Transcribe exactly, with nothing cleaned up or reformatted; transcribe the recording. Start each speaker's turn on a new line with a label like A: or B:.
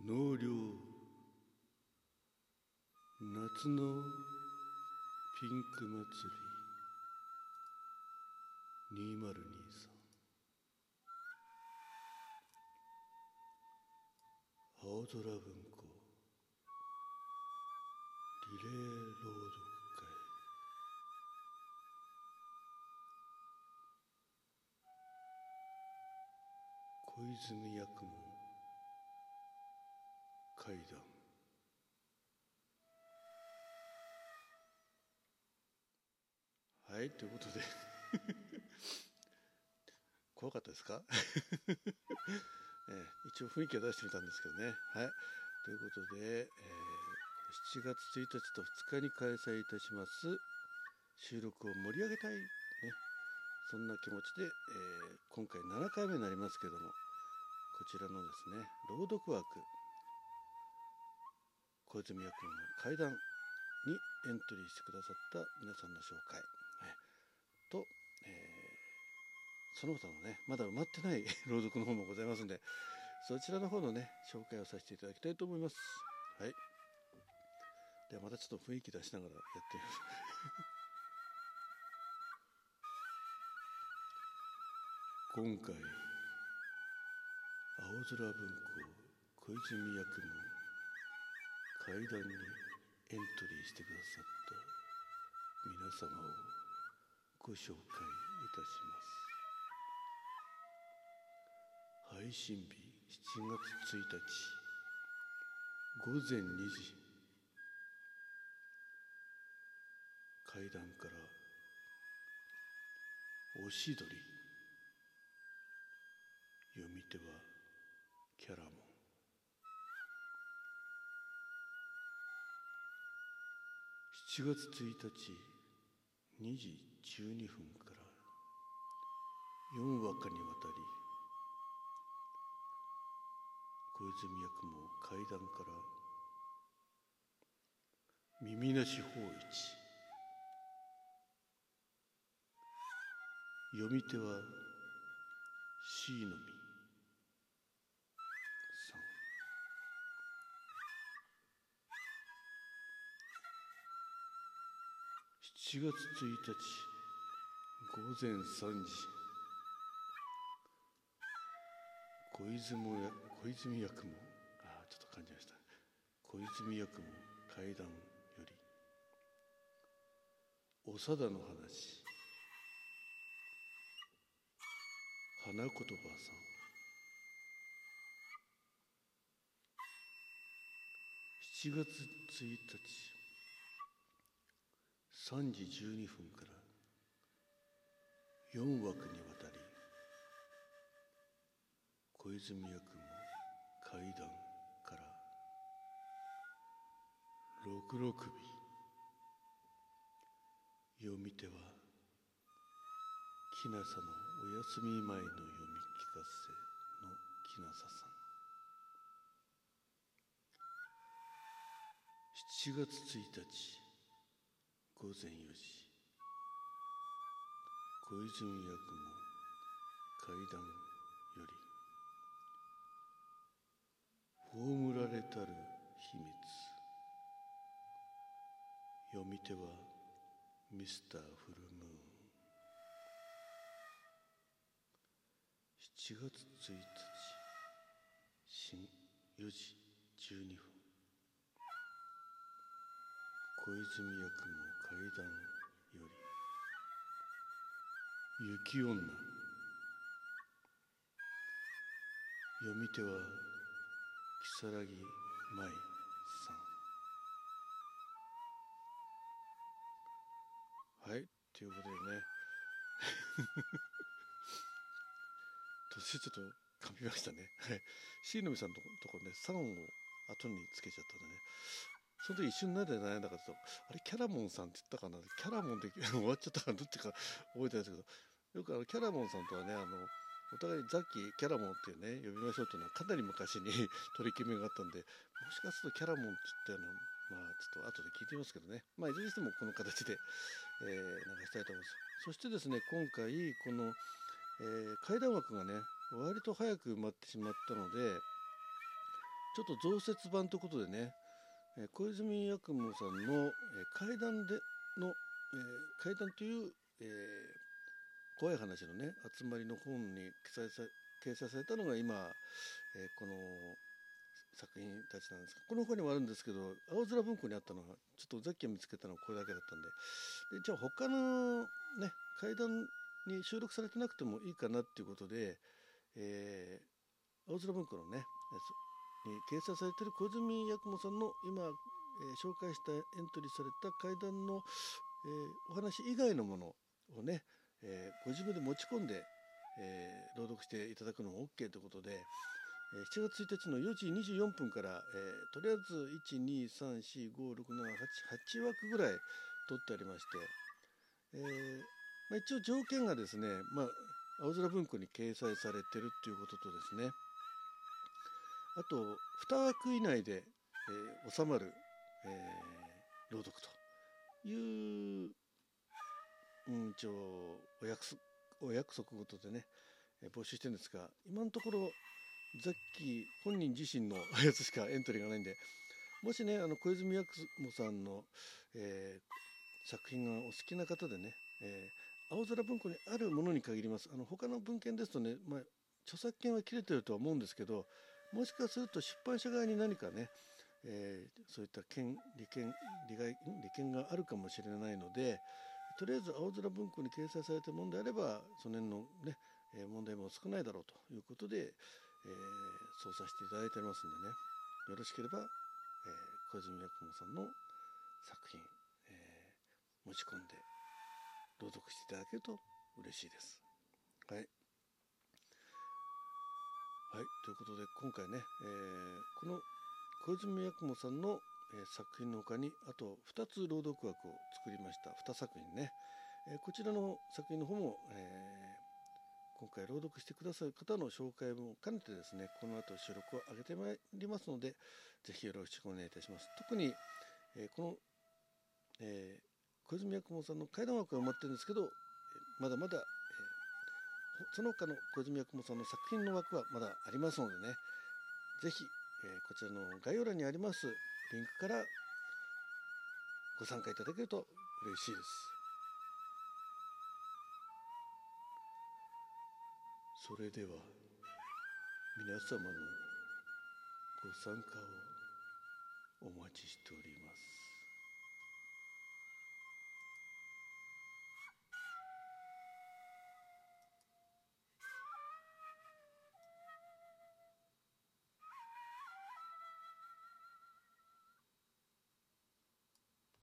A: 納涼夏のピンク祭りにせんにじゅうさん、青空文庫リレー朗読会。小泉八雲怪談。はい、ということで怖かったですか、えー、一応雰囲気は出してみたんですけどね。はい、ということで、えー、しちがつついたちとふつかに開催いたします収録を盛り上げたい、ね、そんな気持ちで、えー、今回ななかいめになりますけども、こちらのですね朗読枠、小泉八雲の怪談にエントリーしてくださった皆さんの紹介、ね、と、えー、その他のねまだ埋まってない朗読の方もございますので、そちらの方のね紹介をさせていただきたいと思います。はい、ではまたちょっと雰囲気出しながらやってみます今回青空文庫小泉八雲怪談にエントリーしてくださった皆様をご紹介いたします。配信日しちがつついたちごぜんにじ、怪談からおしどり、読み手はキャラモン。しちがつついたちにじじゅうにふんからよんわかにわたり小泉八雲怪談から耳なし芳一、読み手はシーのみさん。しちがつついたちごぜんさんじ、小泉や小泉八雲あちょっと感じました。小泉八雲怪談よりおさだの話、花言葉さん。しちがつついたちさんじじゅうにふんからよんわくにわたり小泉八雲怪談からろくろくび、読み手はきなさのお休み前の読み聞かせのきなささん。しちがつついたちごぜんよじ、小泉八雲怪談より葬られたる秘密、読み手はミスターフルムーン。しちがつついたちよじじゅうにふん、小泉八雲怪談より雪女、読み手は如月舞さん。はい、ということでね途中ちょっと噛みましたね。はい、椎のみさんのところねさんを後につけちゃったんでね、その時一瞬なんで悩んだかというと、あれキャラモンさんって言ったかな、キャラモンで終わっちゃったかな、どっちか覚えてないですけど、よくあのキャラモンさんとはね、あのお互いザッキーキャラモンっていうね呼びましょうというのはかなり昔に取り決めがあったんで、もしかするとキャラモンって言ったような、まあちょっと後で聞いてみますけどね、まあいずれにしてもこの形で、えー、流したいと思います。そしてですね、今回この、えー、怪談枠がね割と早く埋まってしまったので、 ちょっと増設版ということでね、えー小泉八雲さんの、えー怪談での、えー怪談という、えー怖い話のね集まりの本に記載さ掲載されたのが今、えーこの作品たちなんですが、この他にもあるんですけど、青空文庫にあったのはちょっとさっき見つけたのはこれだけだったんで、でじゃあ他のね怪談に収録されてなくてもいいかなっていうことで、えー青空文庫のねに掲載されている小泉八雲さんの今、えー紹介したエントリーされた怪談の、えーお話以外のものをね、えーご自分で持ち込んで、えー朗読していただくのも OK ということで、えーしちがつついたちのよじにじゅうよんぷんから、えーとりあえずいち、に、さん、よん、ご、ろく、なな、はち、はちわくぐらい取ってありまして、えーまあ、一応条件がですね、まあ、青空文庫に掲載されてるっていうこととですね、あとにわく以内で、えー収まる、えー朗読という、うん、一応お約束お約束事でね、えー募集してるんですが、今のところザッキー本人自身のやつしかエントリーがないんで、もしねあの小泉八雲さんの、えー作品がお好きな方でね、えー青空文庫にあるものに限ります。あの他の文献ですとね、まあ、著作権は切れてるとは思うんですけど、もしかすると出版社側に何かね、えーそういった権利権利害利権があるかもしれないので、とりあえず青空文庫に掲載されているものであればその辺のね、えー問題も少ないだろうということで、えー、そうさせていただいておりますんでね、よろしければ、えー小泉八雲さんの作品、えー持ち込んで朗読していただけると嬉しいです。はい、はい、ということで今回ね、えーこの小泉八雲さんの、えー作品の他にあとふたつ朗読枠を作りました。にさく品ね、えーこちらの作品の方も、えー今回朗読してくださる方の紹介も兼ねてですね、この後収録を上げてまいりますので、ぜひよろしくお願いいたします。特に、えーこの、えー小泉八雲さんの怪談枠が埋まってるんですけど、まだまだ、えーその他の小泉八雲さんの作品の枠はまだありますのでね、ぜひ、えーこちらの概要欄にありますリンクからご参加いただけると嬉しいです。それでは皆様のご参加をお待ちしております。